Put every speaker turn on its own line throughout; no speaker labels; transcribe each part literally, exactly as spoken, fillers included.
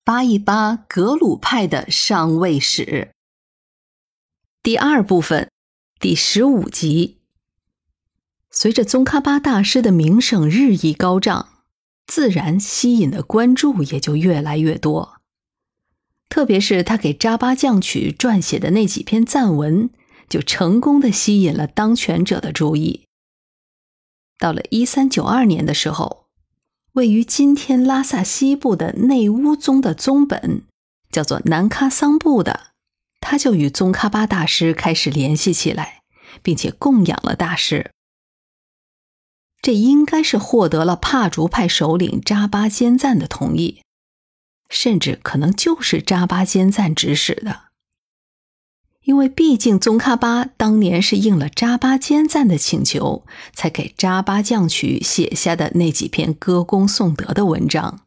扒一扒格鲁派的上位史。第二部分，第十五集。随着宗喀巴大师的名声日益高涨，自然吸引的关注也就越来越多。特别是他给扎巴降曲撰写的那几篇赞文，就成功地吸引了当权者的注意。到了一三九二年的时候，位于今天拉萨西部的内乌宗的宗本，叫做南喀桑布的，他就与宗喀巴大师开始联系起来，并且供养了大师。这应该是获得了帕竹派首领扎巴坚赞的同意，甚至可能就是扎巴坚赞指使的。因为毕竟宗喀巴当年是应了扎巴坚赞的请求，才给扎巴降曲写下的那几篇歌功颂德的文章。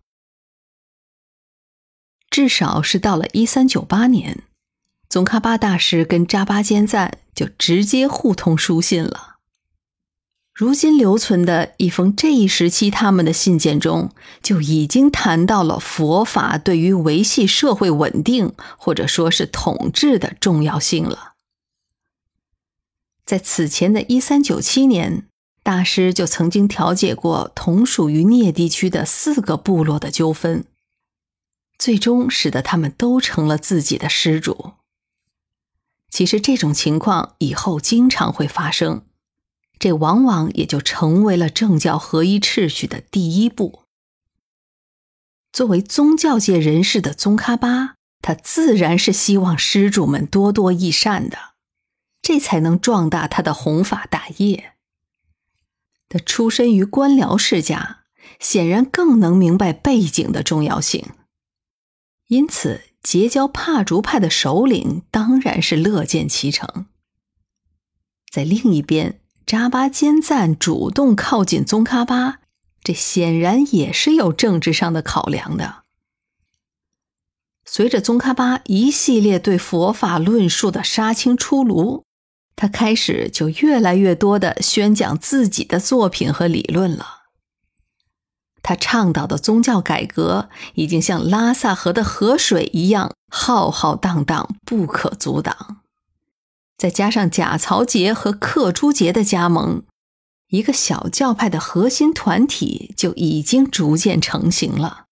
至少是到了一三九八年，宗喀巴大师跟扎巴坚赞就直接互通书信了。如今留存的一封这一时期他们的信件中，就已经谈到了佛法对于维系社会稳定或者说是统治的重要性了。在此前的一三九七年，大师就曾经调解过同属于聂地区的四个部落的纠纷，最终使得他们都成了自己的施主。其实这种情况以后经常会发生，这往往也就成为了政教合一秩序的第一步。作为宗教界人士的宗喀巴，他自然是希望施主们多多益善的，这才能壮大他的弘法大业。他出身于官僚世家，显然更能明白背景的重要性，因此结交帕竹派的首领当然是乐见其成。在另一边，扎巴坚赞主动靠近宗喀巴，这显然也是有政治上的考量的。随着宗喀巴一系列对佛法论述的杀青出炉，他开始就越来越多地宣讲自己的作品和理论了。他倡导的宗教改革已经像拉萨河的河水一样浩浩荡荡，不可阻挡。再加上贾曹节和克珠节的加盟，一个小教派的核心团体就已经逐渐成型了。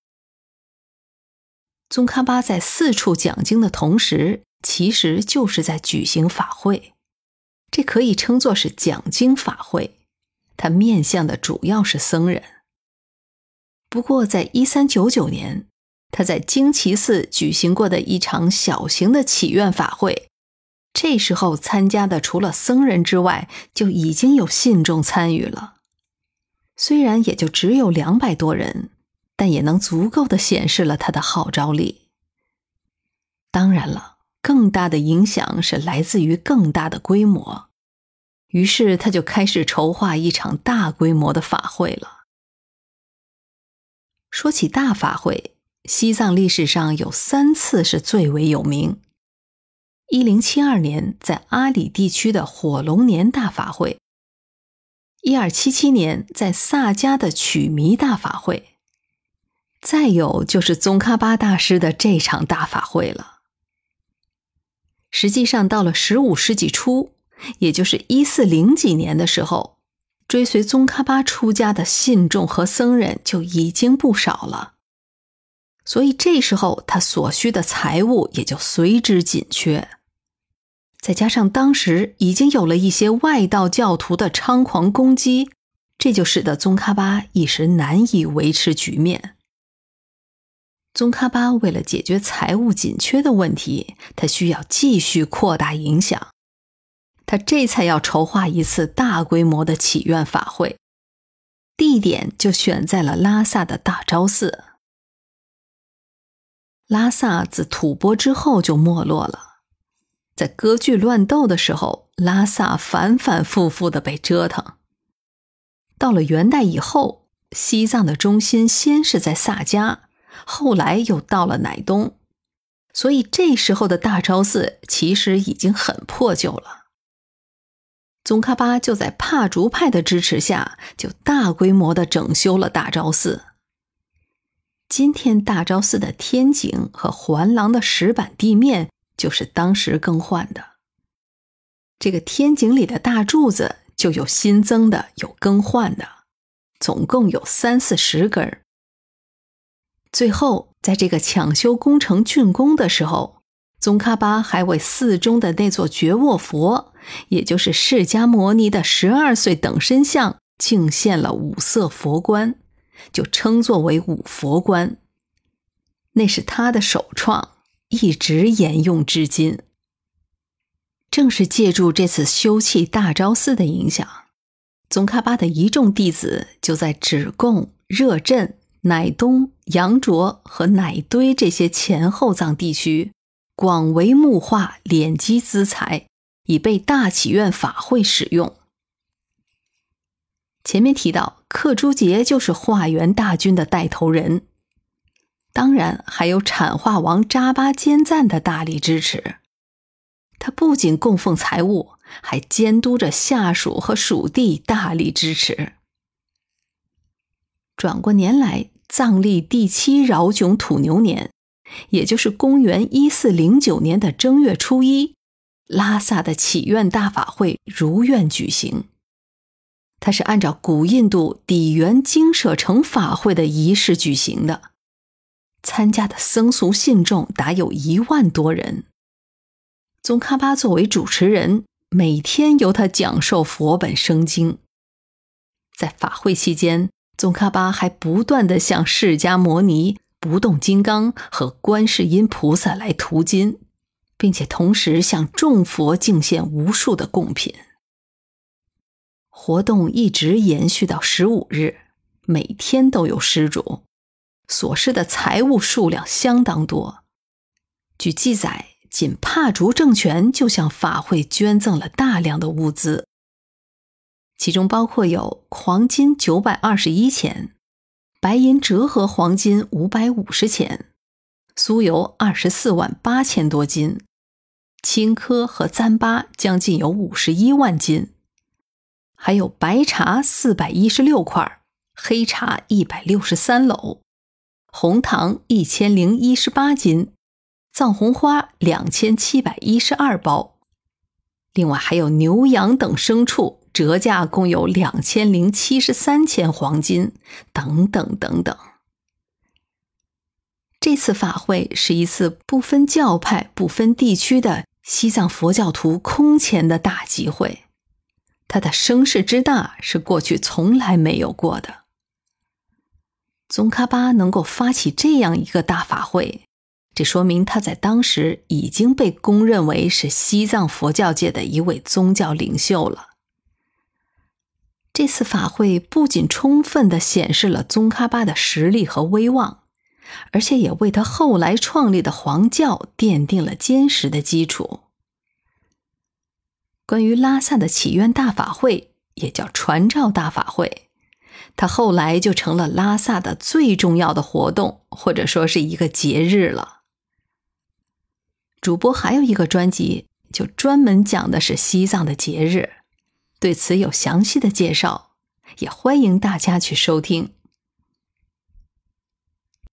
宗喀巴在四处讲经的同时，其实就是在举行法会，这可以称作是讲经法会，它面向的主要是僧人。不过在一三九九年，他在精奇寺举行过的一场小型的祈愿法会，这时候参加的除了僧人之外，就已经有信众参与了。虽然也就只有两百多人，但也能足够地显示了他的号召力。当然了，更大的影响是来自于更大的规模。于是他就开始筹划一场大规模的法会了。说起大法会，西藏历史上有三次是最为有名。一零七二年在阿里地区的火龙年大法会，一二七七年在萨迦的曲弥大法会，再有就是宗喀巴大师的这场大法会了。实际上到了十五世纪初，也就是一四零几年的时候，追随宗喀巴出家的信众和僧人就已经不少了，所以这时候他所需的财物也就随之紧缺。再加上当时已经有了一些外道教徒的猖狂攻击，这就使得宗喀巴一时难以维持局面。宗喀巴为了解决财务紧缺的问题，他需要继续扩大影响，他这才要筹划一次大规模的祈愿法会，地点就选在了拉萨的大昭寺。拉萨自吐蕃之后就没落了，在割据乱斗的时候，拉萨反反复复地被折腾。到了元代以后，西藏的中心先是在萨迦，后来又到了乃东，所以这时候的大昭寺其实已经很破旧了。宗喀巴就在帕竹派的支持下，就大规模地整修了大昭寺。 今天大昭寺的天井和环廊的石板地面就是当时更换的。这个天井里的大柱子就有新增的，有更换的，总共有三四十根。最后，在这个抢修工程竣工的时候，宗喀巴还为寺中的那座觉卧佛，也就是释迦牟尼的十二岁等身像，敬献了五色佛冠，就称作为五佛冠。那是他的首创，一直沿用至今。正是借助这次修葺大昭寺的影响，宗喀巴的一众弟子就在止贡、热镇、乃东、羊卓和乃堆这些前后藏地区广为木化，敛积资财，以备大祈愿法会使用。前面提到，克珠杰就是化缘大军的带头人，当然还有产化王扎巴坚赞的大力支持。他不仅供奉财物，还监督着下属和属地大力支持。转过年来，藏历第七饶炯土牛年，也就是公元一四零九年的正月初一，拉萨的祈愿大法会如愿举行。它是按照古印度底元精舍城法会的仪式举行的，参加的僧俗信众达有一万多人。宗喀巴作为主持人，每天由他讲授佛本生经。在法会期间，宗喀巴还不断地向释迦牟尼、不动金刚和观世音菩萨来涂金，并且同时向众佛敬献无数的贡品。活动一直延续到十五日，每天都有施主，所施的财物数量相当多。据记载，仅帕竹政权就向法会捐赠了大量的物资，其中包括有黄金九百二十一钱，白银折合黄金五百五十钱，酥油二十四万八千多斤，青稞和糌粑将近有五十一万斤，还有白茶四百一十六块，黑茶一百六十三篓，红糖一千零一十八斤，藏红花两千七百一十二包，另外还有牛羊等牲畜，折价共有两千零七十三钱黄金，等等等等。这次法会是一次不分教派、不分地区的西藏佛教徒空前的大集会，它的声势之大是过去从来没有过的。宗喀巴能够发起这样一个大法会，这说明他在当时已经被公认为是西藏佛教界的一位宗教领袖了。这次法会不仅充分地显示了宗喀巴的实力和威望，而且也为他后来创立的黄教奠定了坚实的基础。关于拉萨的祈愿大法会，也叫传召大法会，它后来就成了拉萨的最重要的活动，或者说是一个节日了。主播还有一个专辑，就专门讲的是西藏的节日，对此有详细的介绍，也欢迎大家去收听。